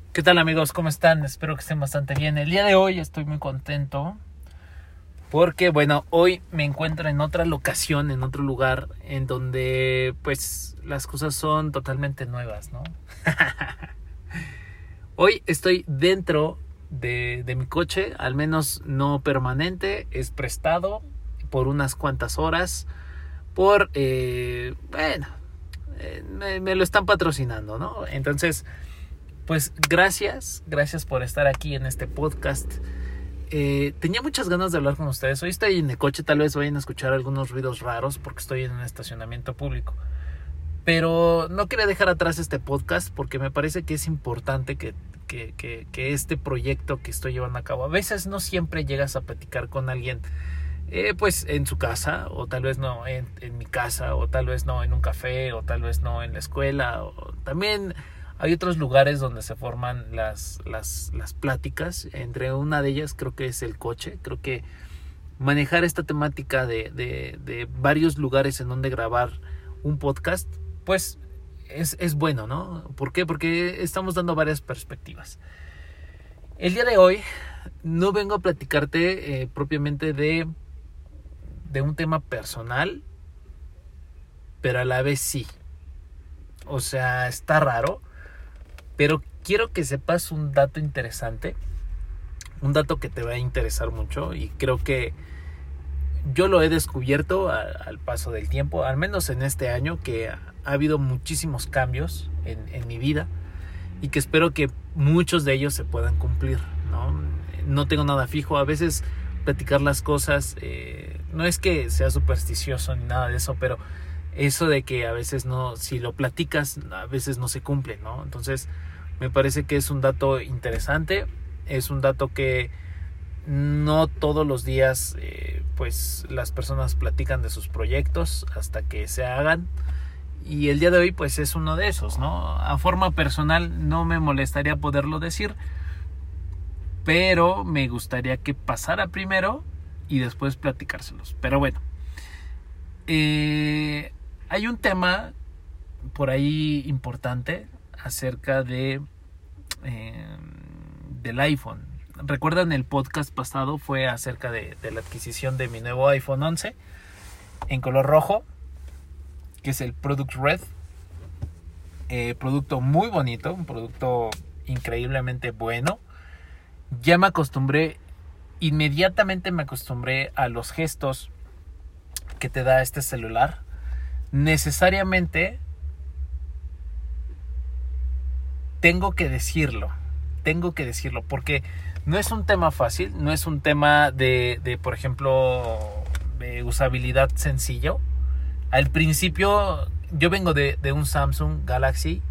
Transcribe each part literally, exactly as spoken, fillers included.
¿Qué tal, amigos? ¿Cómo están? Espero que estén bastante bien. El día de hoy estoy muy contento porque, bueno, hoy me encuentro en otra locación, en otro lugar en donde pues las cosas son totalmente nuevas, ¿no? Hoy estoy dentro de, de mi coche, al menos no permanente, es prestado por unas cuantas horas por, eh, bueno, eh, me, me lo están patrocinando, ¿no? Entonces, pues gracias, gracias por estar aquí en este podcast. Eh, tenía muchas ganas de hablar con ustedes. Hoy estoy en el coche, tal vez vayan a escuchar algunos ruidos raros porque estoy en un estacionamiento público. Pero no quería dejar atrás este podcast porque me parece que es importante que, que, que, que este proyecto que estoy llevando a cabo, a veces no siempre llegas a platicar con alguien, eh, pues en su casa, o tal vez no en, en mi casa, o tal vez no en un café, o tal vez no en la escuela, o también... Hay otros lugares donde se forman las, las, las pláticas. Entre una de ellas creo que es el coche. Creo que manejar esta temática de, de, de varios lugares en donde grabar un podcast, pues es, es bueno, ¿no? ¿Por qué? Porque estamos dando varias perspectivas. El día de hoy no vengo a platicarte eh, propiamente de, de un tema personal, pero a la vez sí. O sea, está raro. Pero quiero que sepas un dato interesante, un dato que te va a interesar mucho y creo que yo lo he descubierto a, al paso del tiempo, al menos en este año, que ha, ha habido muchísimos cambios en, en mi vida y que espero que muchos de ellos se puedan cumplir, ¿no? No tengo nada fijo, a veces platicar las cosas, eh, no es que sea supersticioso ni nada de eso, pero eso de que a veces no, si lo platicas, a veces no se cumple, ¿no? Entonces, me parece que es un dato interesante, es un dato que no todos los días, eh, pues, las personas platican de sus proyectos hasta que se hagan. Y el día de hoy, pues, es uno de esos, ¿no? A forma personal, no me molestaría poderlo decir, pero me gustaría que pasara primero y después platicárselos. Pero bueno, eh... hay un tema por ahí importante acerca de eh, del iPhone. Recuerdan, el podcast pasado fue acerca de, de la adquisición de mi nuevo iPhone once en color rojo, que es el Product Red. Eh, producto muy bonito, un producto increíblemente bueno. Ya me acostumbré, inmediatamente me acostumbré a los gestos que te da este celular. Necesariamente tengo que decirlo, tengo que decirlo, porque no es un tema fácil, no es un tema de, de por ejemplo, de usabilidad sencillo. Al principio, yo vengo de, de un Samsung Galaxy,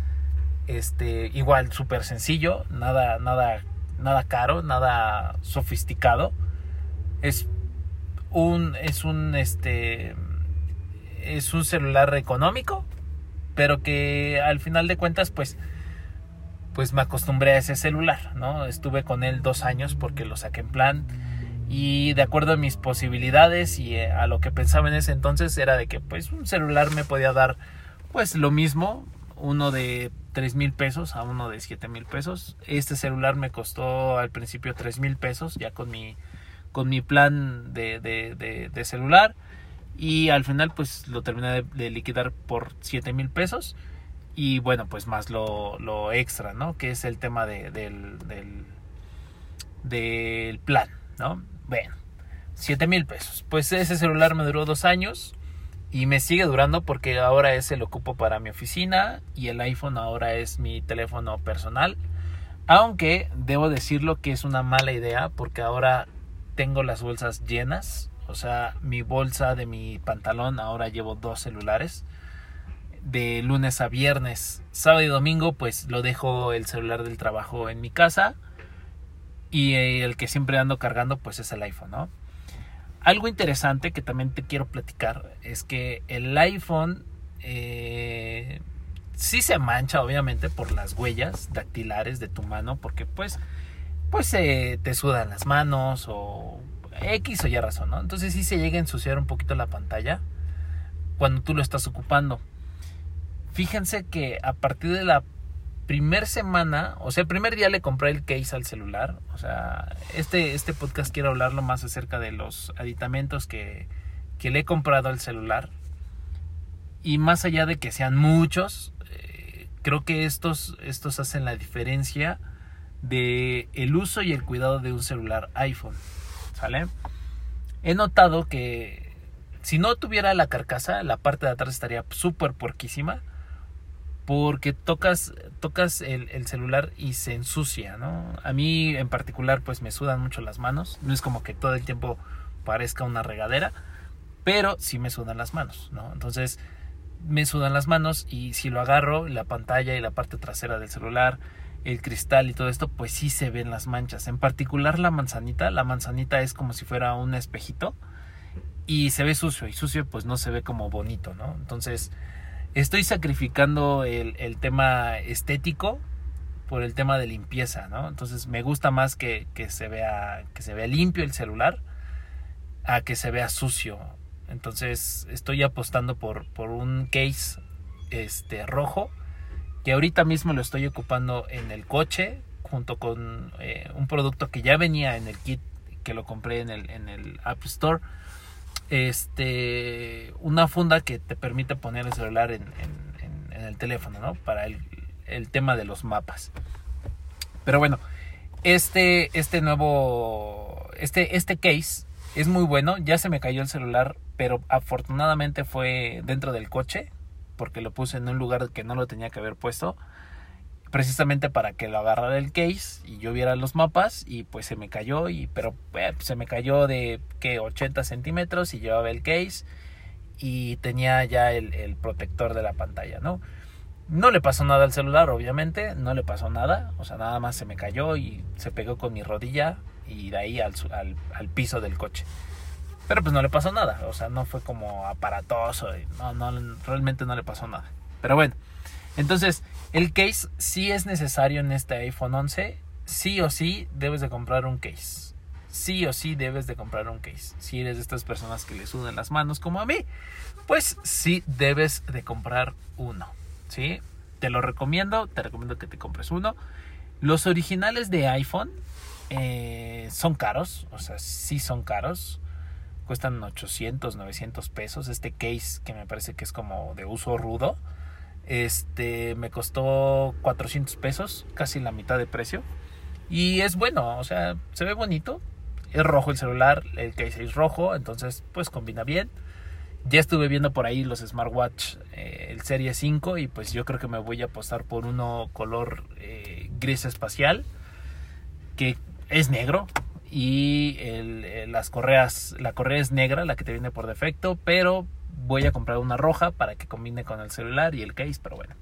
este, igual súper sencillo, nada, nada, nada caro, nada sofisticado. Es un, es un, este... es un celular económico, pero que al final de cuentas pues, pues me acostumbré a ese celular, ¿no? Estuve con él dos años porque lo saqué en plan y de acuerdo a mis posibilidades y a lo que pensaba en ese entonces era de que pues un celular me podía dar pues lo mismo, uno de tres mil pesos a uno de siete mil pesos. Este celular me costó al principio tres mil pesos ya con mi, con mi plan de, de, de, de celular. Y al final pues lo terminé de, de liquidar por siete mil pesos. Y bueno, pues más lo, lo extra, ¿no? Que es el tema de, del, del, del plan, ¿no? Bueno, siete mil pesos. Pues ese celular me duró dos años. Y me sigue durando porque ahora ese lo ocupo para mi oficina. Y el iPhone ahora es mi teléfono personal. Aunque debo decirlo que es una mala idea porque ahora tengo las bolsas llenas. O sea, mi bolsa de mi pantalón ahora llevo dos celulares. De lunes a viernes, sábado y domingo, pues lo dejo el celular del trabajo en mi casa. Y el que siempre ando cargando, pues es el iPhone, ¿no? Algo interesante que también te quiero platicar es que el iPhone eh, sí se mancha, obviamente, por las huellas dactilares de tu mano. Porque pues, pues eh, te sudan las manos o... X o Y razón, ¿no? Entonces sí se llega a ensuciar un poquito la pantalla cuando tú lo estás ocupando. Fíjense que a partir de la primer semana, o sea, el primer día le compré el case al celular. O sea, este, este podcast quiero hablarlo más acerca de los aditamentos que, que le he comprado al celular. Y más allá de que sean muchos, eh, creo que estos, estos hacen la diferencia de el uso y el cuidado de un celular iPhone, ¿sale? He notado que si no tuviera la carcasa, la parte de atrás estaría súper porquísima, porque tocas, tocas el, el celular y se ensucia, ¿no? A mí en particular pues me sudan mucho las manos. No es como que todo el tiempo parezca una regadera, pero sí me sudan las manos, ¿no? Entonces me sudan las manos, y si lo agarro, la pantalla y la parte trasera del celular, el cristal y todo esto, pues sí se ven las manchas. En particular la manzanita, la manzanita es como si fuera un espejito y se ve sucio, y sucio pues no se ve como bonito, ¿no? Entonces estoy sacrificando el, el tema estético por el tema de limpieza, ¿no? Entonces me gusta más que, que se vea, que se vea limpio el celular a que se vea sucio. Entonces estoy apostando por, por un case este, rojo, que ahorita mismo lo estoy ocupando en el coche, junto con eh, un producto que ya venía en el kit, que lo compré en el, en el App Store. Este, una funda que te permite poner el celular en, en, en, en el teléfono, ¿no? Para el, el tema de los mapas. Pero bueno, este, este nuevo, este, este case es muy bueno. Ya se me cayó el celular, pero afortunadamente fue dentro del coche, porque lo puse en un lugar que no lo tenía que haber puesto, precisamente para que lo agarrara el case y yo viera los mapas, y pues se me cayó, y pero eh, se me cayó de que ochenta centímetros, y llevaba el case y tenía ya el, el protector de la pantalla, ¿no? No le pasó nada al celular, obviamente, no le pasó nada, o sea, nada más se me cayó y se pegó con mi rodilla y de ahí al, al, al piso del coche. Pero pues no le pasó nada, o sea, no fue como aparatoso, no, no, realmente no le pasó nada. Pero bueno, entonces el case sí es necesario en este iPhone once, sí o sí debes de comprar un case. Sí o sí debes de comprar un case. Si eres de estas personas que le sudan las manos como a mí, pues sí debes de comprar uno, ¿sí? Te lo recomiendo, te recomiendo que te compres uno. Los originales de iPhone eh, son caros, o sea, sí son caros. Cuestan ochocientos, novecientos pesos. Este case, que me parece que es como de uso rudo, este me costó cuatrocientos pesos, casi la mitad de precio. Y es bueno, o sea, se ve bonito. Es rojo el celular, el case es rojo, entonces pues combina bien. Ya estuve viendo por ahí los smartwatch, eh, el Serie cinco, y pues yo creo que me voy a apostar por uno color eh, gris espacial, que es negro. Y el, las correas, la correa es negra, la que te viene por defecto, pero voy a comprar una roja para que combine con el celular y el case, pero bueno.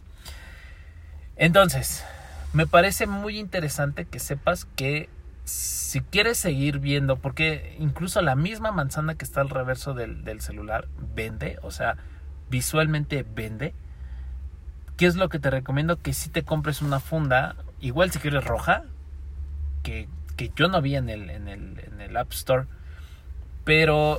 Entonces, me parece muy interesante que sepas que si quieres seguir viendo, porque incluso la misma manzana que está al reverso del, del celular vende, o sea, visualmente vende. ¿Qué es lo que te recomiendo? Que si te compres una funda, igual si quieres roja, que que yo no vi en el, en el, en el App Store, pero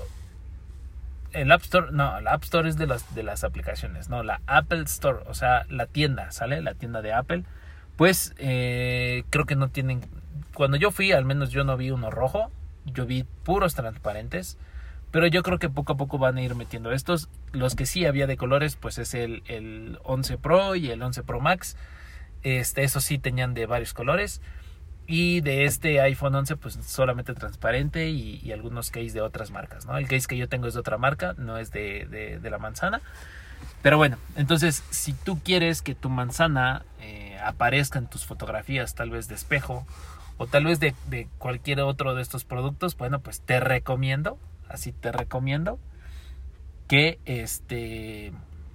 el App Store, no, la App Store es de las, de las aplicaciones, no, la Apple Store, o sea, la tienda, ¿sale? La tienda de Apple, pues eh, creo que no tienen, cuando yo fui, al menos yo no vi uno rojo, yo vi puros transparentes, pero yo creo que poco a poco van a ir metiendo estos. Los que sí había de colores, pues es el, el once Pro y el once Pro Max, este, esos sí tenían de varios colores. Y de este iPhone once pues solamente transparente, y, y algunos case de otras marcas, ¿no? El case que yo tengo es de otra marca, no es de, de, de la manzana. Pero bueno, entonces si tú quieres que tu manzana eh, aparezca en tus fotografías, tal vez de espejo, o tal vez de, de cualquier otro de estos productos, bueno, pues te recomiendo, así te recomiendo que este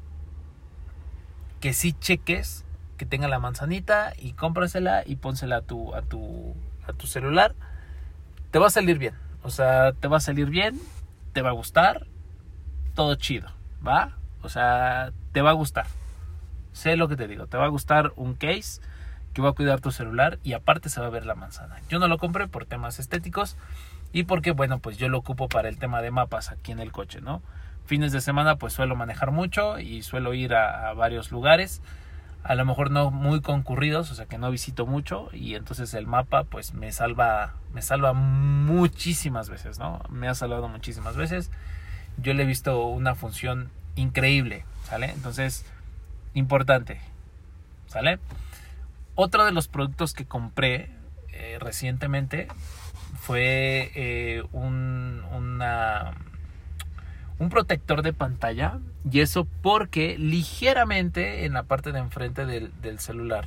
que sí cheques que tenga la manzanita, y cómprasela y pónsela a tu, a tu, a tu celular. Te va a salir bien, o sea, te va a salir bien, te va a gustar, todo chido, ¿va? O sea, te va a gustar. Sé lo que te digo, te va a gustar un case que va a cuidar tu celular, y aparte se va a ver la manzana. Yo no lo compré por temas estéticos, y porque, bueno, pues yo lo ocupo para el tema de mapas aquí en el coche, ¿no? Fines de semana pues suelo manejar mucho y suelo ir a, a varios lugares. a lo mejor no muy concurridos, o sea que no visito mucho, y entonces el mapa pues me salva, me salva muchísimas veces, ¿no? Me ha salvado muchísimas veces. Yo le he visto una función increíble, ¿sale? Entonces, importante, ¿sale? Otro de los productos que compré eh, recientemente fue eh, un, una, un protector de pantalla, y eso porque ligeramente en la parte de enfrente del, del celular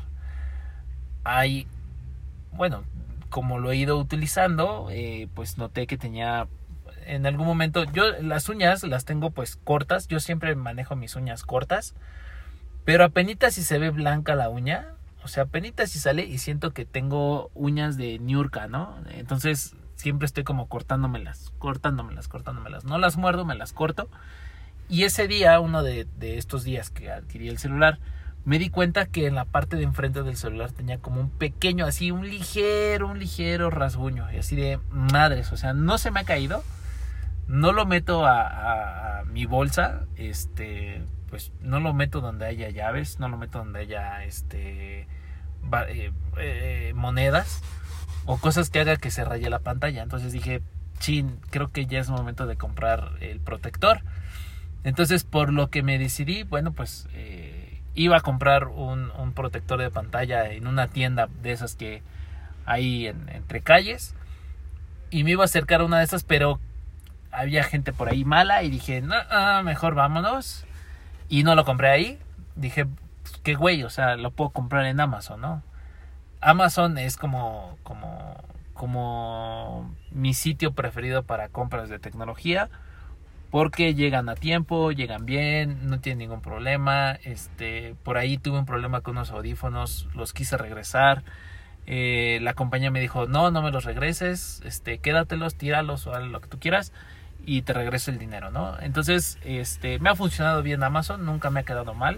hay, bueno, como lo he ido utilizando, eh, pues noté que tenía en algún momento, yo las uñas las tengo pues cortas, yo siempre manejo mis uñas cortas, pero apenitas si se ve blanca la uña, o sea, apenitas si sale y siento que tengo uñas de ñurca, ¿no? Entonces siempre estoy como cortándomelas, cortándomelas, cortándomelas. No las muerdo, me las corto. Y ese día, uno de, de estos días que adquirí el celular, me di cuenta que en la parte de enfrente del celular tenía como un pequeño, así, un ligero, un ligero rasguño. Y así de madres, o sea, no se me ha caído. No lo meto a, a, a mi bolsa, este... pues no lo meto donde haya llaves, no lo meto donde haya este va, eh, eh, monedas o cosas que haga que se raye la pantalla. Entonces dije, chin, creo que ya es momento de comprar el protector. Entonces, por lo que me decidí, bueno, pues eh, iba a comprar un, un protector de pantalla en una tienda de esas que hay en, entre calles, y me iba a acercar a una de esas, pero había gente por ahí mala y dije, no, no, mejor vámonos. Y no lo compré ahí. Dije, pues, qué güey, o sea, lo puedo comprar en Amazon, ¿no? Amazon es como, como, como mi sitio preferido para compras de tecnología, porque llegan a tiempo, llegan bien, no tienen ningún problema. Este, por ahí tuve un problema con unos audífonos, los quise regresar. Eh, la compañía me dijo, no, no me los regreses, este, quédatelos, tíralos o haz lo que tú quieras y te regreso el dinero, ¿no? Entonces, este, me ha funcionado bien Amazon, nunca me ha quedado mal.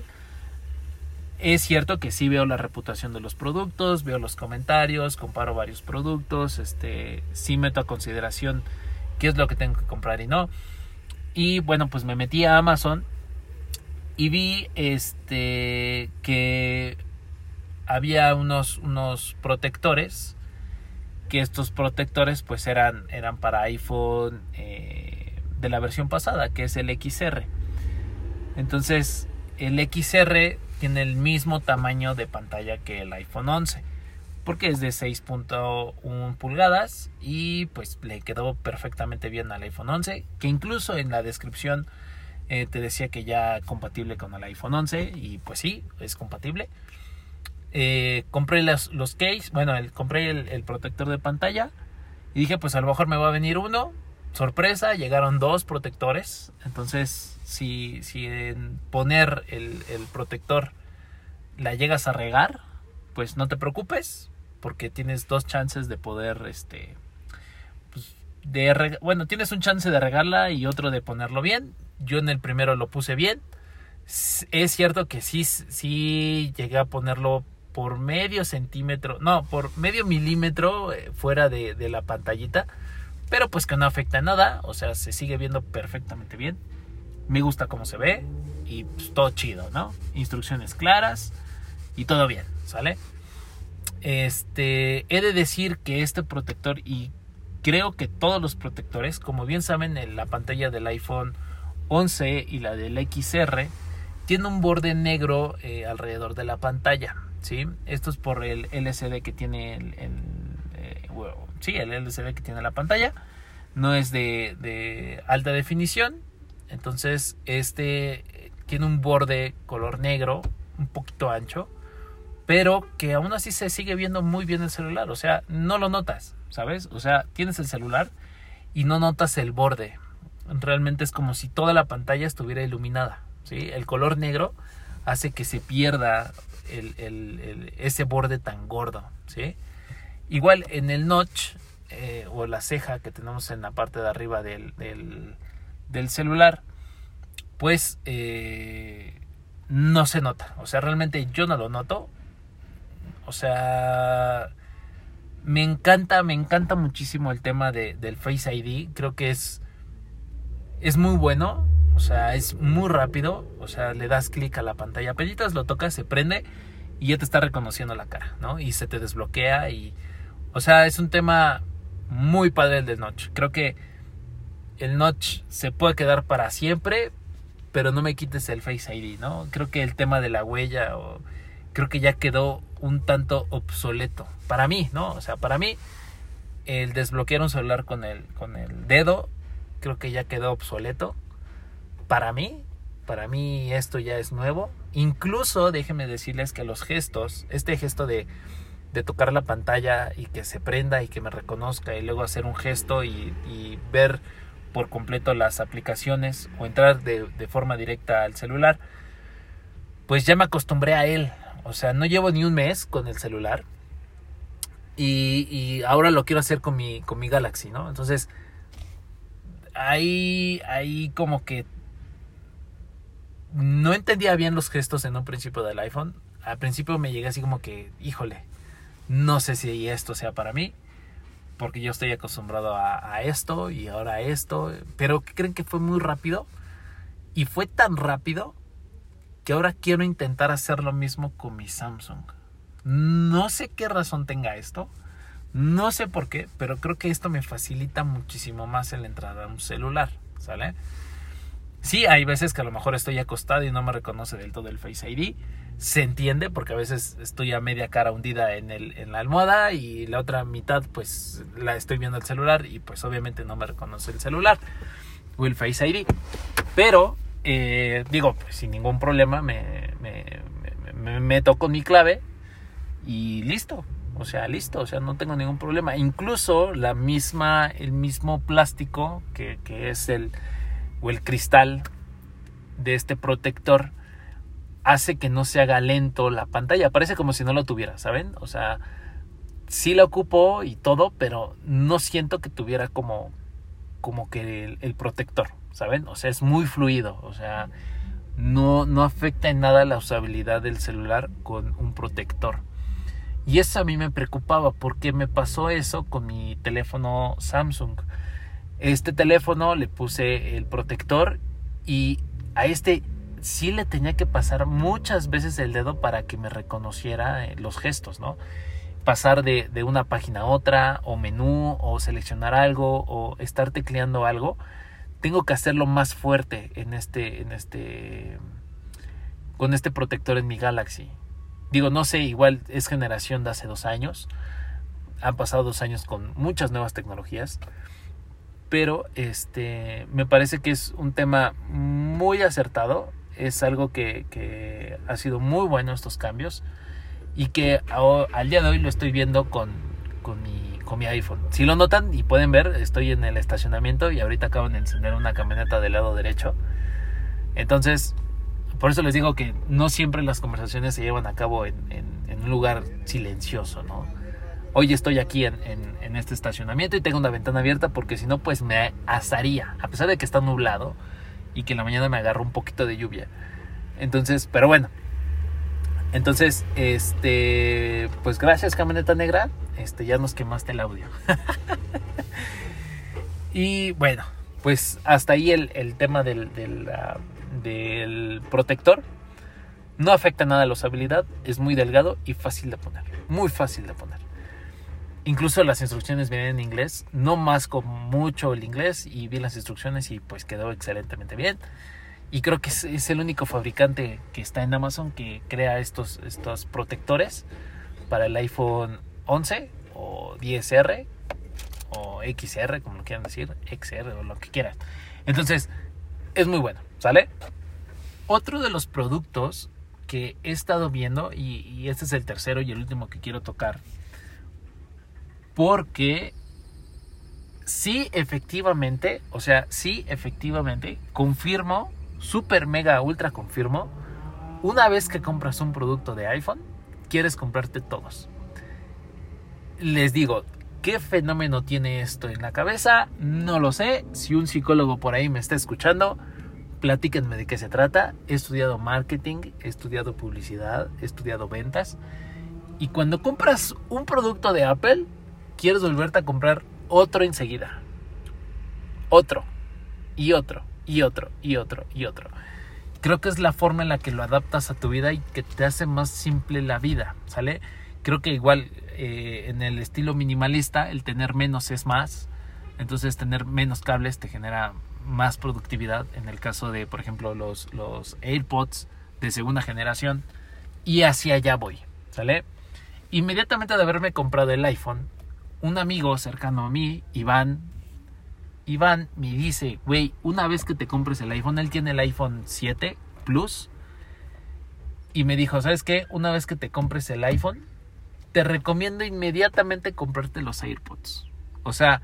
Es cierto que sí veo la reputación de los productos, veo los comentarios, comparo varios productos, este, sí meto a consideración qué es lo que tengo que comprar y no. Y bueno, pues me metí a Amazon y vi este que había unos, unos protectores, que estos protectores pues eran, eran para iPhone eh, de la versión pasada, que es el X R. Entonces el X R tiene el mismo tamaño de pantalla que el iPhone once, porque es de seis punto uno pulgadas y pues le quedó perfectamente bien al iPhone once, que incluso en la descripción eh, te decía que ya compatible con el iPhone once, y pues sí, es compatible. Eh, compré los, los case, bueno, el, compré el, el protector de pantalla y dije, pues a lo mejor me va a venir uno. Sorpresa, llegaron dos protectores. Entonces, si, si en poner el, el protector la llegas a regar, pues no te preocupes, porque tienes dos chances de poder, este, pues, de reg- bueno, tienes un chance de regarla y otro de ponerlo bien. Yo en el primero lo puse bien. Es cierto que sí, sí llegué a ponerlo por medio centímetro, no, por medio milímetro fuera de, de la pantallita, pero pues que no afecta en nada, o sea, se sigue viendo perfectamente bien. Me gusta cómo se ve y pues todo chido, ¿no? Instrucciones claras y todo bien, ¿sale? Este, he de decir que este protector, y creo que todos los protectores, como bien saben, en la pantalla del iPhone once y la del X R tiene un borde negro eh, alrededor de la pantalla, ¿sí? Esto es por el L C D que tiene el, el eh, bueno, sí, el L C D que tiene la pantalla. No es de, de alta definición, entonces este tiene un borde color negro, un poquito ancho, pero que aún así se sigue viendo muy bien el celular. O sea, no lo notas, ¿sabes? O sea, tienes el celular y no notas el borde. Realmente es como si toda la pantalla estuviera iluminada, ¿sí? El color negro hace que se pierda el, el, el, ese borde tan gordo, ¿sí? Igual en el notch eh, o la ceja que tenemos en la parte de arriba del, del, del celular, pues eh, no se nota. O sea, realmente yo no lo noto. O sea, me encanta, me encanta muchísimo el tema de, del Face I D. Creo que es, es muy bueno. O sea, es muy rápido. O sea, le das clic a la pantalla, apenas lo tocas, se prende y ya te está reconociendo la cara, ¿no? Y se te desbloquea y... O sea, es un tema muy padre el del Notch. Creo que el Notch se puede quedar para siempre, pero no me quites el Face I D, ¿no? Creo que el tema de la huella, o, creo que ya quedó un tanto obsoleto. Para mí, ¿no? O sea, para mí, el desbloquear un celular con el, con el dedo, creo que ya quedó obsoleto. Para mí, para mí esto ya es nuevo. Incluso, déjenme decirles que los gestos, este gesto de, de tocar la pantalla y que se prenda y que me reconozca y luego hacer un gesto y, y ver por completo las aplicaciones o entrar de, de forma directa al celular, pues ya me acostumbré a él. O sea, no llevo ni un mes con el celular y, y ahora lo quiero hacer con mi, con mi Galaxy, ¿no? Entonces, ahí, ahí como que no entendía bien los gestos en un principio del iPhone. Al principio me llegué así como que, híjole, no sé si esto sea para mí, porque yo estoy acostumbrado a, a esto y ahora a esto. Pero ¿qué creen? Que fue muy rápido. Y fue tan rápido que ahora quiero intentar hacer lo mismo con mi Samsung. No sé qué razón tenga esto. No sé por qué, pero creo que esto me facilita muchísimo más el entrar a un celular, ¿sale? Sí, hay veces que a lo mejor estoy acostado y no me reconoce del todo el Face I D. Se entiende porque a veces estoy a media cara hundida en, el, en la almohada y la otra mitad pues la estoy viendo el celular y pues obviamente no me reconoce el celular o el Face I D. Pero, eh, digo, pues sin ningún problema me, me, me, me meto con mi clave y listo. O sea, listo, o sea, no tengo ningún problema. Incluso la misma, el mismo plástico que, que es el, o el cristal de este protector hace que no se haga lento la pantalla. Parece como si no lo tuviera, ¿saben? O sea, sí la ocupo y todo, pero no siento que tuviera como, como que el, el protector, ¿saben? O sea, es muy fluido. O sea, no, no afecta en nada la usabilidad del celular con un protector. Y eso a mí me preocupaba porque me pasó eso con mi teléfono Samsung. Este teléfono le puse el protector y a este sí le tenía que pasar muchas veces el dedo para que me reconociera los gestos, ¿no? Pasar de, de una página a otra, o menú, o seleccionar algo, o estar tecleando algo. Tengo que hacerlo más fuerte en este, en este, con este protector en mi Galaxy. Digo, no sé, igual es generación de hace dos años. Han pasado dos años con muchas nuevas tecnologías. Pero este, me parece que es un tema muy acertado. Es algo que, que ha sido muy bueno estos cambios. Y que a, al día de hoy lo estoy viendo con, con, mi, con mi iPhone. Si lo notan y pueden ver, estoy en el estacionamiento y ahorita acabo de encender una camioneta del lado derecho. Entonces, por eso les digo que no siempre las conversaciones se llevan a cabo en, en, en un lugar silencioso, ¿no? Hoy estoy aquí en, en, en este estacionamiento y tengo una ventana abierta porque si no, pues me asaría. A pesar de que está nublado y que en la mañana me agarró un poquito de lluvia. Entonces, pero bueno. Entonces, este, pues gracias, camioneta negra. Este, ya nos quemaste el audio. Y bueno, pues hasta ahí el, el tema del, del, uh, del protector. No afecta nada a la usabilidad. Es muy delgado y fácil de poner. Muy fácil de poner. Incluso las instrucciones vienen en inglés. No masco mucho el inglés y vi las instrucciones y pues quedó excelentemente bien. Y creo que es, es el único fabricante que está en Amazon que crea estos, estos protectores para el iPhone once o diez erre o equis erre, como lo quieran decir, equis erre o lo que quieran. Entonces, es muy bueno, ¿sale? Otro de los productos que he estado viendo, y, y este es el tercero y el último que quiero tocar, porque sí, efectivamente, o sea, sí, efectivamente, confirmo, super mega ultra confirmo, una vez que compras un producto de iPhone, quieres comprarte todos. Les digo, ¿qué fenómeno tiene esto en la cabeza? No lo sé. Si un psicólogo por ahí me está escuchando, platíquenme de qué se trata. He estudiado marketing, he estudiado publicidad, he estudiado ventas. Y cuando compras un producto de Apple, quieres volverte a comprar otro enseguida. Otro. Y otro. y otro, y otro, y otro. Creo que es la forma en la que lo adaptas a tu vida y que te hace más simple la vida, ¿sale? Creo que igual eh, en el estilo minimalista, el tener menos es más. Entonces tener menos cables te genera más productividad. En el caso de, por ejemplo, los, los AirPods de segunda generación. Y hacia allá voy, ¿sale? Inmediatamente de haberme comprado el iPhone, un amigo cercano a mí, Iván, Iván me dice, güey, una vez que te compres el iPhone, él tiene el iPhone siete Plus, y me dijo, ¿sabes qué? Una vez que te compres el iPhone, te recomiendo inmediatamente comprarte los AirPods. O sea,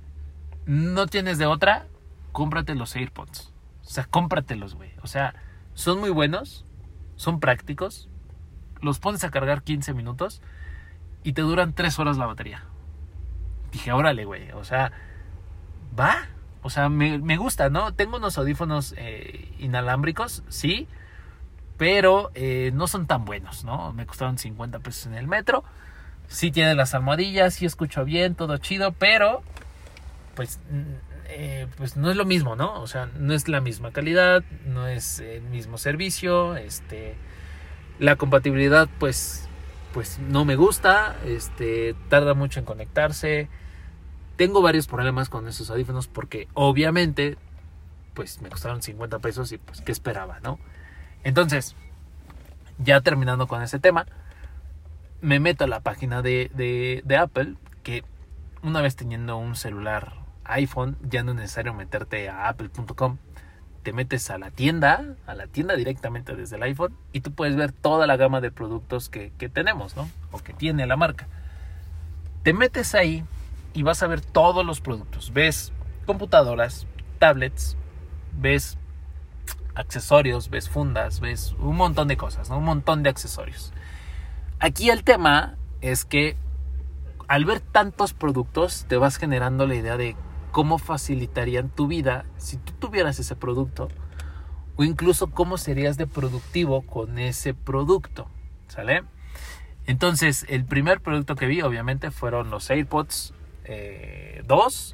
no tienes de otra, cómprate los AirPods. O sea, cómpratelos, güey. O sea, son muy buenos, son prácticos, los pones a cargar quince minutos y te duran tres horas la batería. Dije, órale, güey, o sea, va, o sea, me, me gusta, ¿no? Tengo unos audífonos eh, inalámbricos, sí, pero eh, no son tan buenos, ¿no? Me costaron cincuenta pesos en el metro. Sí tiene las almohadillas, sí escucho bien, todo chido, pero pues, eh, pues no es lo mismo, ¿no? O sea, no es la misma calidad, no es el mismo servicio, este, la compatibilidad, pues, pues no me gusta, este, tarda mucho en conectarse. Tengo varios problemas con esos audífonos porque obviamente, pues me costaron cincuenta pesos y pues, ¿qué esperaba, no? Entonces, ya terminando con ese tema, me meto a la página de, de, de Apple, que una vez teniendo un celular iPhone, ya no es necesario meterte a apple punto com. Te metes a la tienda, a la tienda directamente desde el iPhone, y tú puedes ver toda la gama de productos que, que tenemos, ¿no? O que tiene la marca. Te metes ahí y vas a ver todos los productos. Ves computadoras, tablets, ves accesorios, ves fundas, ves un montón de cosas, ¿no? Un montón de accesorios. Aquí el tema es que al ver tantos productos te vas generando la idea de cómo facilitarían tu vida si tú tuvieras ese producto, o incluso cómo serías de productivo con ese producto, ¿sale? Entonces, el primer producto que vi obviamente fueron los AirPods eh, dos,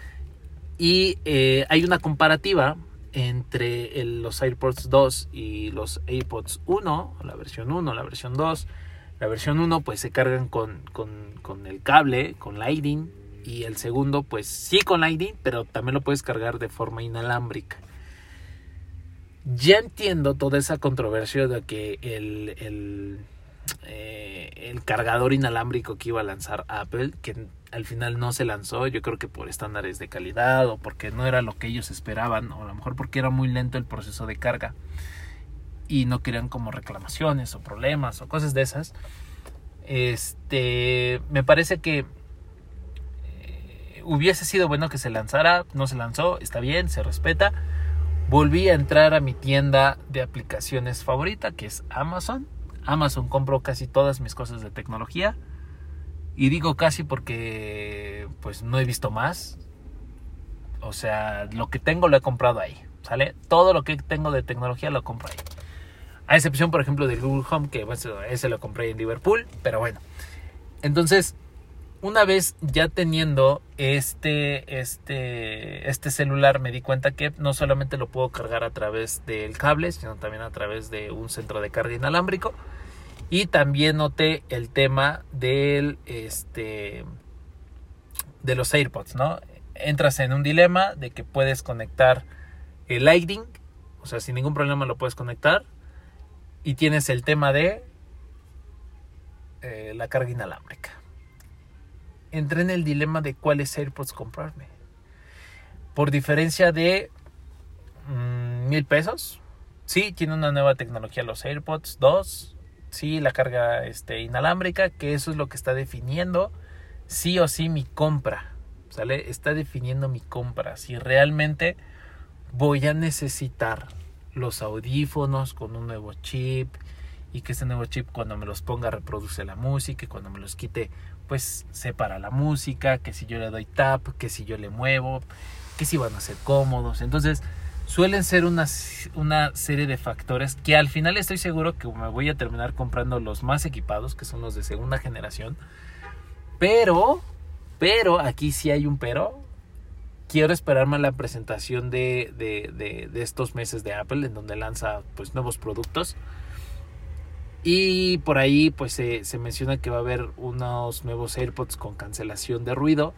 y eh, hay una comparativa entre el, los AirPods dos y los AirPods uno, la versión uno, la versión dos. La versión uno pues se cargan con, con, con el cable, con Lightning, y el segundo pues sí con Lightning, pero también lo puedes cargar de forma inalámbrica. Ya entiendo toda esa controversia de que el, el, eh, el cargador inalámbrico que iba a lanzar Apple, que al final no se lanzó, yo creo que por estándares de calidad o porque no era lo que ellos esperaban, o a lo mejor porque era muy lento el proceso de carga y no querían como reclamaciones o problemas o cosas de esas. Este, me parece que eh, hubiese sido bueno que se lanzara, no se lanzó, está bien, se respeta. Volví a entrar a mi tienda de aplicaciones favorita, que es Amazon. Amazon compro casi todas mis cosas de tecnología, y digo casi porque pues no he visto más. O sea, lo que tengo lo he comprado ahí, ¿sale? Todo lo que tengo de tecnología lo compro ahí. A excepción, por ejemplo, del Google Home, que bueno, ese lo compré en Liverpool, pero bueno. Entonces, una vez ya teniendo este, este, este celular, me di cuenta que no solamente lo puedo cargar a través del cable, sino también a través de un centro de carga inalámbrico. Y también noté el tema del, este, de los AirPods, ¿no? Entras en un dilema de que puedes conectar el Lightning, o sea, sin ningún problema lo puedes conectar. Y tienes el tema de eh, la carga inalámbrica. Entré en el dilema de cuáles AirPods comprarme. Por diferencia de mmm, mil pesos. Sí, tiene una nueva tecnología los AirPods dos. Sí, la carga este, inalámbrica, que eso es lo que está definiendo sí o sí mi compra. ¿Sale? Está definiendo mi compra. Si realmente voy a necesitar los audífonos con un nuevo chip, y que ese nuevo chip cuando me los ponga reproduce la música, y cuando me los quite pues separa la música, que si yo le doy tap, que si yo le muevo, que si van a ser cómodos. Entonces suelen ser una, una serie de factores que al final estoy seguro que me voy a terminar comprando los más equipados, que son los de segunda generación. Pero, pero, aquí sí hay un pero. quiero esperarme a la presentación de, de, de, de estos meses de Apple, en donde lanza pues nuevos productos. Y por ahí pues se, se menciona que va a haber unos nuevos AirPods con cancelación de ruido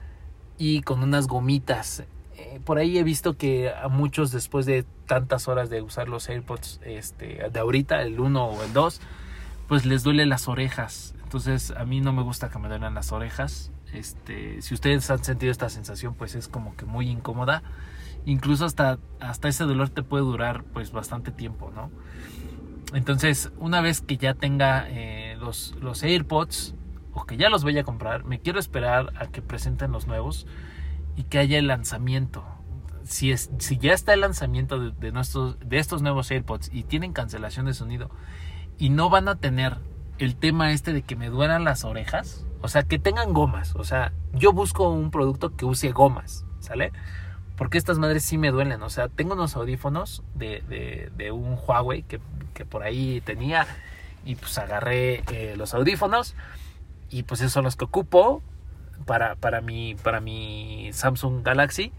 y con unas gomitas. Eh, por ahí he visto que a muchos, después de tantas horas de usar los AirPods este, de ahorita, el uno o el dos, pues les duele las orejas. Entonces a mí no me gusta que me duelan las orejas. Este, si ustedes han sentido esta sensación, pues es como que muy incómoda. Incluso hasta, hasta ese dolor te puede durar pues bastante tiempo, ¿no? Entonces, una vez que ya tenga eh, los, los AirPods, o que ya los vaya a comprar, me quiero esperar a que presenten los nuevos y que haya el lanzamiento. Si, es, si ya está el lanzamiento de, de, nuestros, de estos nuevos AirPods y tienen cancelación de sonido y no van a tener el tema este de que me duelan las orejas, o sea, que tengan gomas. O sea, yo busco un producto que use gomas, ¿sale? Porque estas madres sí me duelen. O sea, tengo unos audífonos de, de, de un Huawei que, que por ahí tenía. Y pues agarré eh, los audífonos. Y pues esos son los que ocupo para, para, mi, para mi Samsung Galaxy.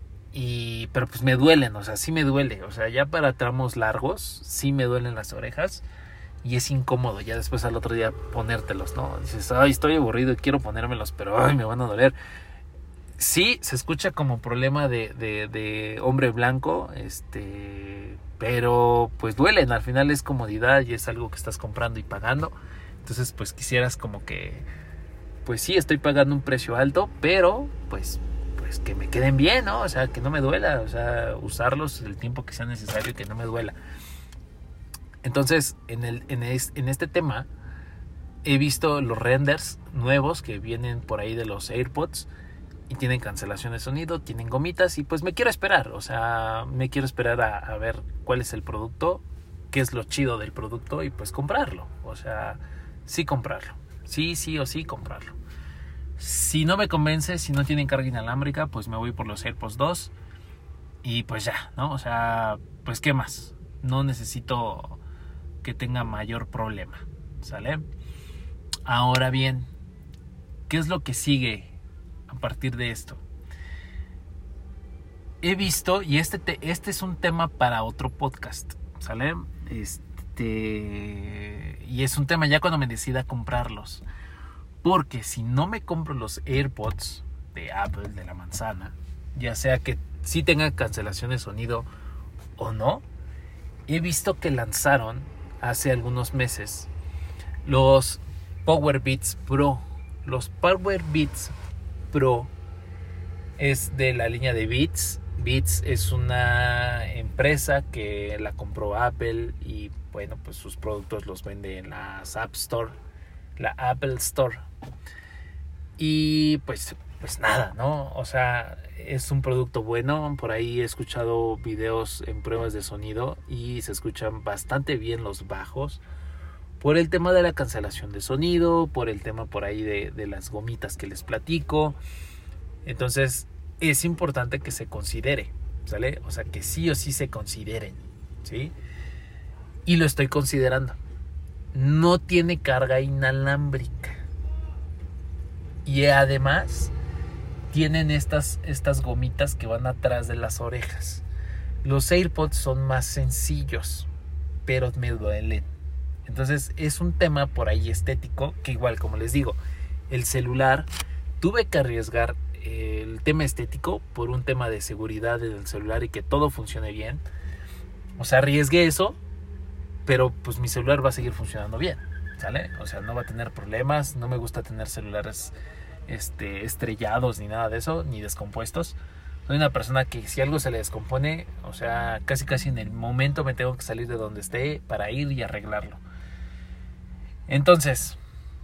Y, pero pues me duelen, o sea, sí me duele. O sea, ya para tramos largos, sí me duelen las orejas. Y es incómodo ya después al otro día ponértelos, ¿no? Dices, ay, estoy aburrido y quiero ponérmelos, pero ay, me van a doler. Sí, se escucha como problema de, de, de hombre blanco, este, pero pues duelen. Al final es comodidad y es algo que estás comprando y pagando. Entonces pues quisieras como que, pues sí, estoy pagando un precio alto, pero pues, pues que me queden bien, ¿no? O sea, que no me duela, o sea, usarlos el tiempo que sea necesario y que no me duela. Entonces, en, el, en, es, en este tema, he visto los renders nuevos que vienen por ahí de los AirPods y tienen cancelación de sonido, tienen gomitas y pues me quiero esperar. O sea, me quiero esperar a, a ver cuál es el producto, qué es lo chido del producto y pues comprarlo. O sea, sí comprarlo. Sí, sí o sí comprarlo. Si no me convence, si no tienen carga inalámbrica, pues me voy por los AirPods dos y pues ya, ¿no? O sea, pues ¿qué más? No necesito que tenga mayor problema, ¿sale? Ahora bien, ¿qué es lo que sigue a partir de esto? He visto, y este, te, este es un tema para otro podcast, ¿sale? Este, y es un tema ya cuando me decida comprarlos. Porque si no me compro los AirPods de Apple, de la manzana, ya sea que sí tengan cancelación de sonido o no, he visto que lanzaron hace algunos meses los Powerbeats Pro. Los Powerbeats Pro es de la línea de Beats. Beats es una empresa que la compró Apple y bueno, pues sus productos los vende en la App Store, la Apple Store. Y pues pues nada, ¿no? O sea, es un producto bueno. Por ahí he escuchado videos en pruebas de sonido y se escuchan bastante bien los bajos. Por el tema de la cancelación de sonido, por el tema por ahí de, de las gomitas que les platico. Entonces, es importante que se considere, ¿sale? O sea, que sí o sí se consideren, ¿sí? Y lo estoy considerando. No tiene carga inalámbrica. Y además tienen estas, estas gomitas que van atrás de las orejas. Los AirPods son más sencillos, pero me duelen. Entonces es un tema por ahí estético, que igual como les digo, el celular, tuve que arriesgar el tema estético por un tema de seguridad del celular y que todo funcione bien. O sea, arriesgué eso, pero pues mi celular va a seguir funcionando bien, ¿sale? O sea, no va a tener problemas. No me gusta tener celulares este, estrellados ni nada de eso, ni descompuestos. Soy una persona que si algo se le descompone, o sea, casi casi en el momento me tengo que salir de donde esté para ir y arreglarlo. Entonces,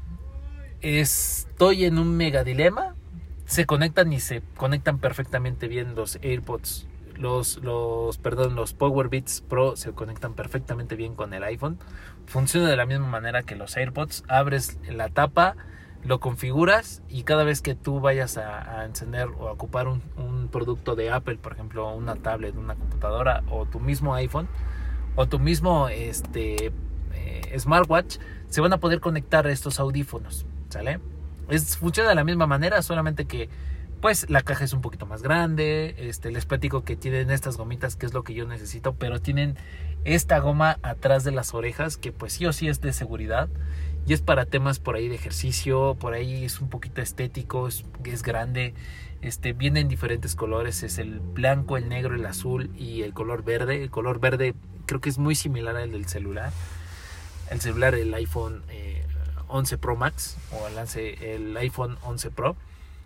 estoy en un mega dilema. Se conectan y se conectan perfectamente bien los AirPods. Los, los, perdón, los Powerbeats Pro se conectan perfectamente bien con el iPhone. Funciona de la misma manera que los AirPods. Abres la tapa, lo configuras y cada vez que tú vayas a, a encender o a ocupar un, un producto de Apple, por ejemplo, una tablet, una computadora o tu mismo iPhone o tu mismo este, eh, smartwatch, se van a poder conectar estos audífonos, ¿sale? Es, funciona de la misma manera, solamente que pues la caja es un poquito más grande. Este, les platico que tienen estas gomitas, que es lo que yo necesito, pero tienen esta goma atrás de las orejas, que pues sí o sí es de seguridad. Y es para temas por ahí de ejercicio, por ahí es un poquito estético, es, es grande. Este, viene en diferentes colores, es el blanco, el negro, el azul y el color verde. El color verde creo que es muy similar al del celular. El celular, el iPhone eh, once Pro Max o el, el iPhone once Pro.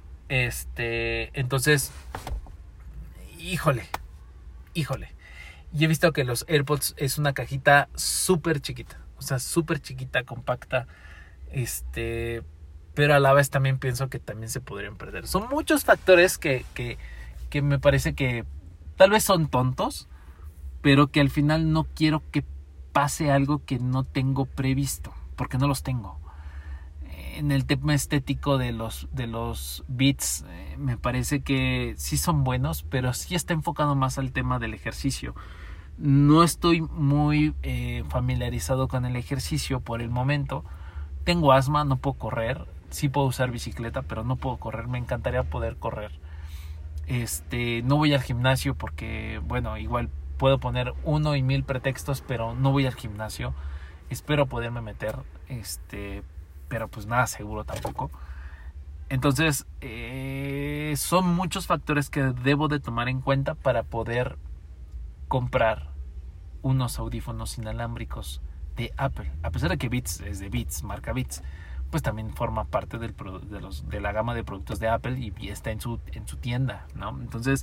Este, entonces, híjole, híjole. Y he visto que los AirPods es una cajita súper chiquita. O sea, súper chiquita, compacta. Este, pero a la vez también pienso que también se podrían perder. Son muchos factores que, que, que me parece que tal vez son tontos, pero que al final no quiero que pase algo que no tengo previsto, porque no los tengo. En el tema estético de los, de los Beats, eh, me parece que sí son buenos, pero sí está enfocado más al tema del ejercicio. No estoy muy eh, familiarizado con el ejercicio por el momento. Tengo asma, no puedo correr. Sí puedo usar bicicleta, pero no puedo correr. Me encantaría poder correr. Este, no voy al gimnasio porque, bueno, igual puedo poner uno y mil pretextos, pero no voy al gimnasio. Espero poderme meter, este, pero pues nada seguro tampoco. Entonces, eh, son muchos factores que debo de tomar en cuenta para poder comprar unos audífonos inalámbricos de Apple. A pesar de que Beats es de Beats, marca Beats, pues también forma parte del, de, los, de la gama de productos de Apple y está en su, en su tienda, ¿no? Entonces,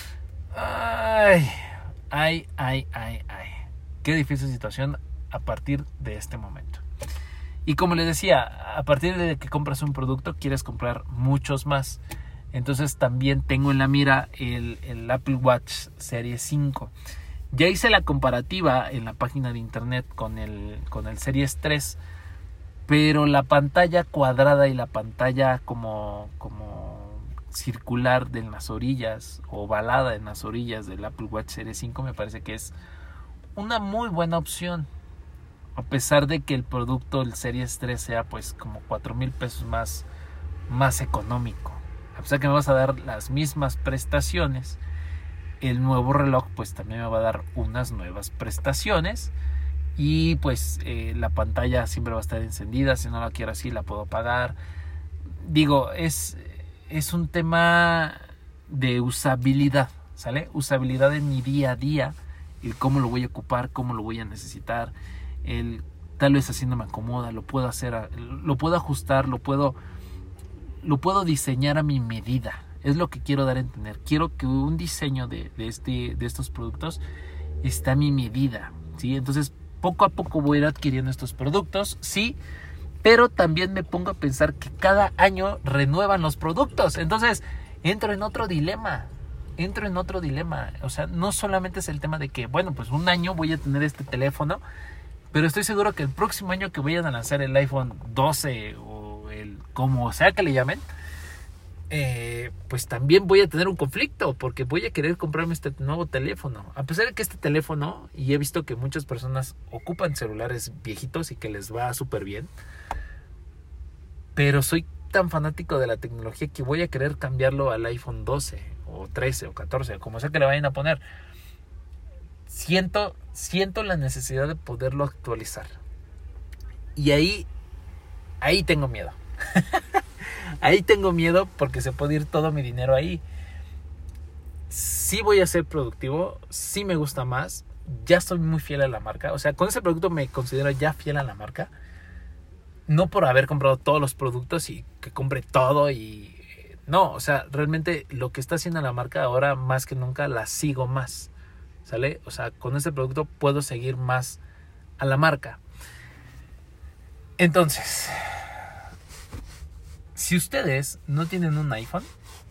ay, ay, ay, ay, ay. Qué difícil situación a partir de este momento. Y como les decía, a partir de que compras un producto, quieres comprar muchos más. Entonces también tengo en la mira el, el Apple Watch Series cinco. Ya hice la comparativa en la página de internet con el, con el Series tres, pero la pantalla cuadrada y la pantalla como, como circular de las orillas, ovalada en las orillas del Apple Watch Series cinco, me parece que es una muy buena opción. A pesar de que el producto, el Series tres, sea pues como cuatro mil pesos más, más económico. A pesar que me vas a dar las mismas prestaciones, el nuevo reloj pues también me va a dar unas nuevas prestaciones. Y pues eh, la pantalla siempre va a estar encendida. Si no la quiero así, la puedo apagar. Digo, es, es un tema de usabilidad, ¿sale? Usabilidad en mi día a día. El cómo lo voy a ocupar, cómo lo voy a necesitar. El tal vez así no me acomoda, lo puedo hacer, lo puedo ajustar, lo puedo, lo puedo diseñar a mi medida. Es lo que quiero dar a entender. Quiero que un diseño de, de, este, de estos productos esté a mi medida, ¿sí? Entonces, poco a poco voy a ir adquiriendo estos productos, sí, pero también me pongo a pensar que cada año renuevan los productos. Entonces, entro en otro dilema. Entro en otro dilema. O sea, no solamente es el tema de que, bueno, pues un año voy a tener este teléfono, pero estoy seguro que el próximo año que vayan a lanzar el iPhone doce o el como sea que le llamen, eh, pues también voy a tener un conflicto porque voy a querer comprarme este nuevo teléfono. A pesar de que este teléfono, y he visto que muchas personas ocupan celulares viejitos y que les va súper bien, pero soy tan fanático de la tecnología que voy a querer cambiarlo al iPhone doce o trece o catorce, como sea que le vayan a poner. Siento, siento la necesidad de poderlo actualizar. Y ahí, ahí tengo miedo. Ahí tengo miedo porque se puede ir todo mi dinero ahí. Sí voy a ser productivo, sí me gusta más. Ya soy muy fiel a la marca. O sea, con ese producto me considero ya fiel a la marca. No por haber comprado todos los productos y que compre todo y... No, o sea, realmente lo que está haciendo la marca ahora más que nunca la sigo más. ¿Sale? O sea, con este producto puedo seguir más a la marca. Entonces, si ustedes no tienen un iPhone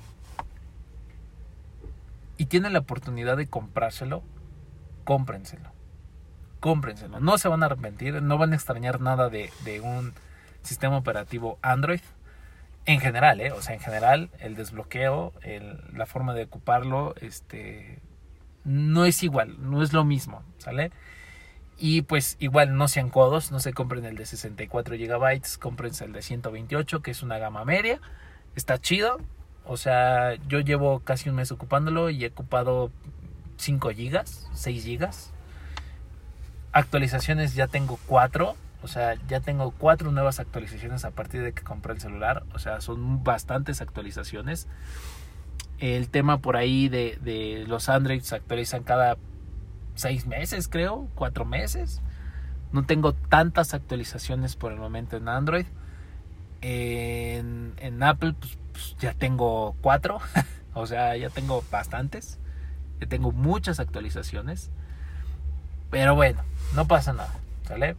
y tienen la oportunidad de comprárselo, cómprenselo. Cómprenselo. No se van a arrepentir, no van a extrañar nada de, de un sistema operativo Android. En general, ¿eh? O sea, en general, el desbloqueo, el, la forma de ocuparlo, este... no es igual, no es lo mismo, ¿sale? Y pues igual no sean codos, no se compren el de sesenta y cuatro gigabytes, cómprense el de ciento veintiocho, que es una gama media, está chido, O sea, yo llevo casi un mes ocupándolo y he ocupado cinco gigas, seis gigas. Actualizaciones ya tengo cuatro. O sea, ya tengo cuatro nuevas actualizaciones a partir de que compré el celular. O sea, son bastantes actualizaciones. El tema por ahí de, de los Android se actualizan cada seis meses, creo, cuatro meses. No tengo tantas actualizaciones por el momento en Android. En, en Apple, pues, pues ya tengo cuatro. O sea, ya tengo bastantes. Ya tengo muchas actualizaciones. Pero bueno, no pasa nada, ¿sale?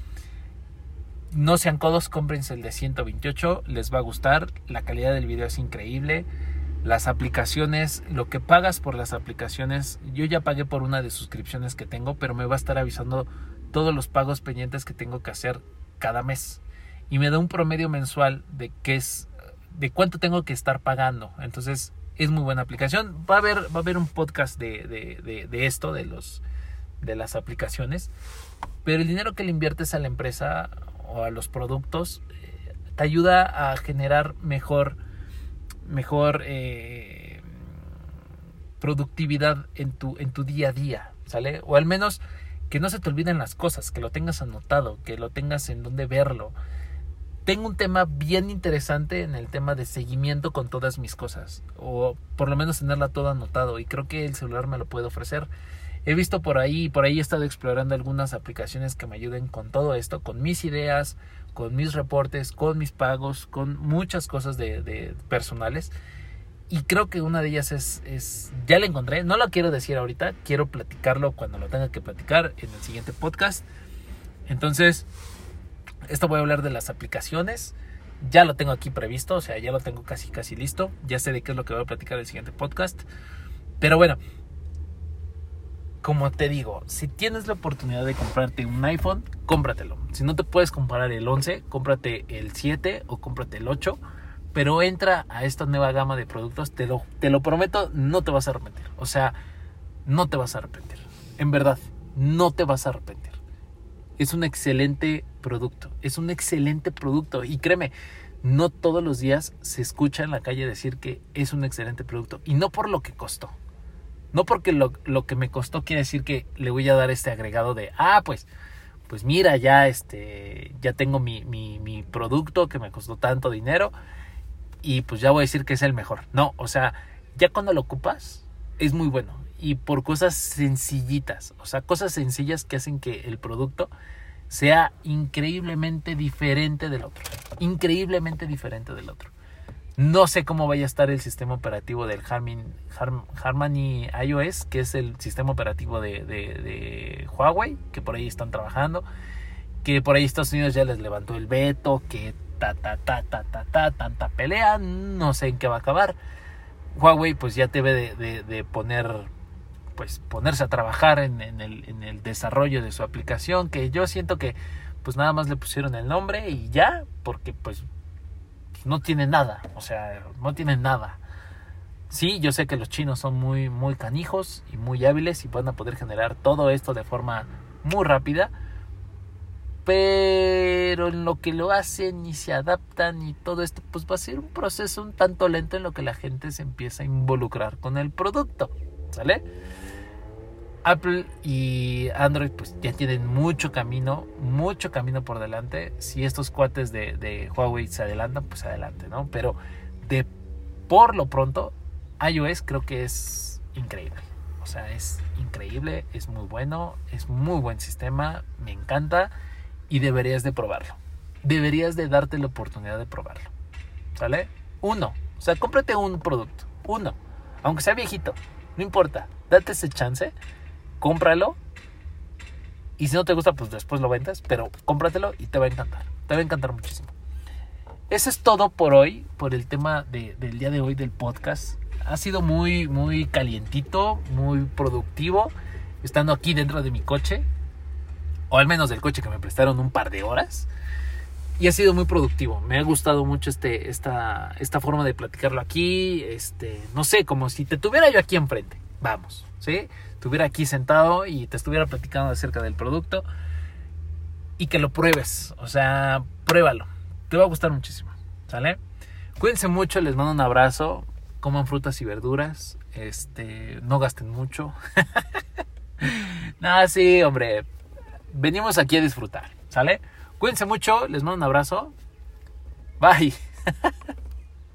No sean codos, cómprense el de ciento veintiocho. Les va a gustar. La calidad del video es increíble. Las aplicaciones, lo que pagas por las aplicaciones, yo ya pagué por una de suscripciones que tengo, pero me va a estar avisando todos los pagos pendientes que tengo que hacer cada mes. Y me da un promedio mensual de qué es, de cuánto tengo que estar pagando. Entonces, es muy buena aplicación. Va a haber, va a haber un podcast de, de, de, de esto, de los, de las aplicaciones. Pero el dinero que le inviertes a la empresa o a los productos eh, te ayuda a generar mejor mejor eh, productividad en tu, en tu día a día, ¿sale? O al menos que no se te olviden las cosas, que lo tengas anotado, que lo tengas en donde verlo. Tengo un tema bien interesante en el tema de seguimiento con todas mis cosas, o por lo menos tenerla todo anotado, y creo que el celular me lo puede ofrecer. He visto por ahí, por ahí he estado explorando algunas aplicaciones que me ayuden con todo esto, con mis ideas, con mis reportes, con mis pagos, con muchas cosas de, de personales. Y creo que una de ellas es, es, ya la encontré, no lo quiero decir ahorita, quiero platicarlo cuando lo tenga que platicar en el siguiente podcast. Entonces, esto voy a hablar de las aplicaciones. Ya lo tengo aquí previsto, o sea, ya lo tengo casi casi listo. Ya sé de qué es lo que voy a platicar en el siguiente podcast. Pero bueno, como te digo, si tienes la oportunidad de comprarte un iPhone, cómpratelo. Si no te puedes comprar el once, cómprate el siete o cómprate el ocho. Pero entra a esta nueva gama de productos, te lo, te lo prometo, no te vas a arrepentir. O sea, no te vas a arrepentir. En verdad, no te vas a arrepentir. Es un excelente producto. Es un excelente producto. Y créeme, no todos los días se escucha en la calle decir que es un excelente producto. Y no por lo que costó. No porque lo, lo que me costó quiere decir que le voy a dar este agregado de, ah, pues, pues mira, ya, este, ya tengo mi, mi, mi producto que me costó tanto dinero y pues ya voy a decir que es el mejor. No, o sea, ya cuando lo ocupas es muy bueno y por cosas sencillitas, o sea, cosas sencillas que hacen que el producto sea increíblemente diferente del otro, increíblemente diferente del otro. No sé cómo vaya a estar el sistema operativo del Harmony, Harmony iOS, que es el sistema operativo de, de, de Huawei, que por ahí están trabajando, que por ahí Estados Unidos ya les levantó el veto, que ta ta ta ta ta ta tanta pelea, no sé en qué va a acabar. Huawei pues ya debe de, de, de poner, pues ponerse a trabajar en, en, el, en el desarrollo de su aplicación, que yo siento que pues nada más le pusieron el nombre y ya, porque pues no tiene nada, o sea, no tiene nada. Sí, yo sé que los chinos son muy, muy canijos y muy hábiles y van a poder generar todo esto de forma muy rápida, pero en lo que lo hacen y se adaptan y todo esto, pues va a ser un proceso un tanto lento en lo que la gente se empieza a involucrar con el producto, ¿sale? Apple y Android pues ya tienen mucho camino, mucho camino por delante. Si estos cuates de, de Huawei se adelantan, pues adelante, ¿no? Pero de por lo pronto, iOS creo que es increíble. O sea, es increíble, es muy bueno, es muy buen sistema, me encanta y deberías de probarlo. Deberías de darte la oportunidad de probarlo, ¿sale? Uno, o sea, cómprate un producto, uno, aunque sea viejito, no importa, date ese chance. Cómpralo y si no te gusta pues después lo vendes, pero cómpratelo y te va a encantar, te va a encantar muchísimo. Eso es todo por hoy, por el tema de, del día de hoy del podcast. Ha sido muy muy calientito, muy productivo, estando aquí dentro de mi coche, o al menos del coche que me prestaron un par de horas, y ha sido muy productivo. Me ha gustado mucho este, esta, esta forma de platicarlo aquí, este, no sé, como si te tuviera yo aquí enfrente, vamos, ¿sí? Estuviera aquí sentado y te estuviera platicando acerca del producto y que lo pruebes, o sea, pruébalo, te va a gustar muchísimo, ¿sale? Cuídense mucho, les mando un abrazo, coman frutas y verduras, este, no gasten mucho. No, sí, hombre, venimos aquí a disfrutar, ¿sale? Cuídense mucho, les mando un abrazo. Bye.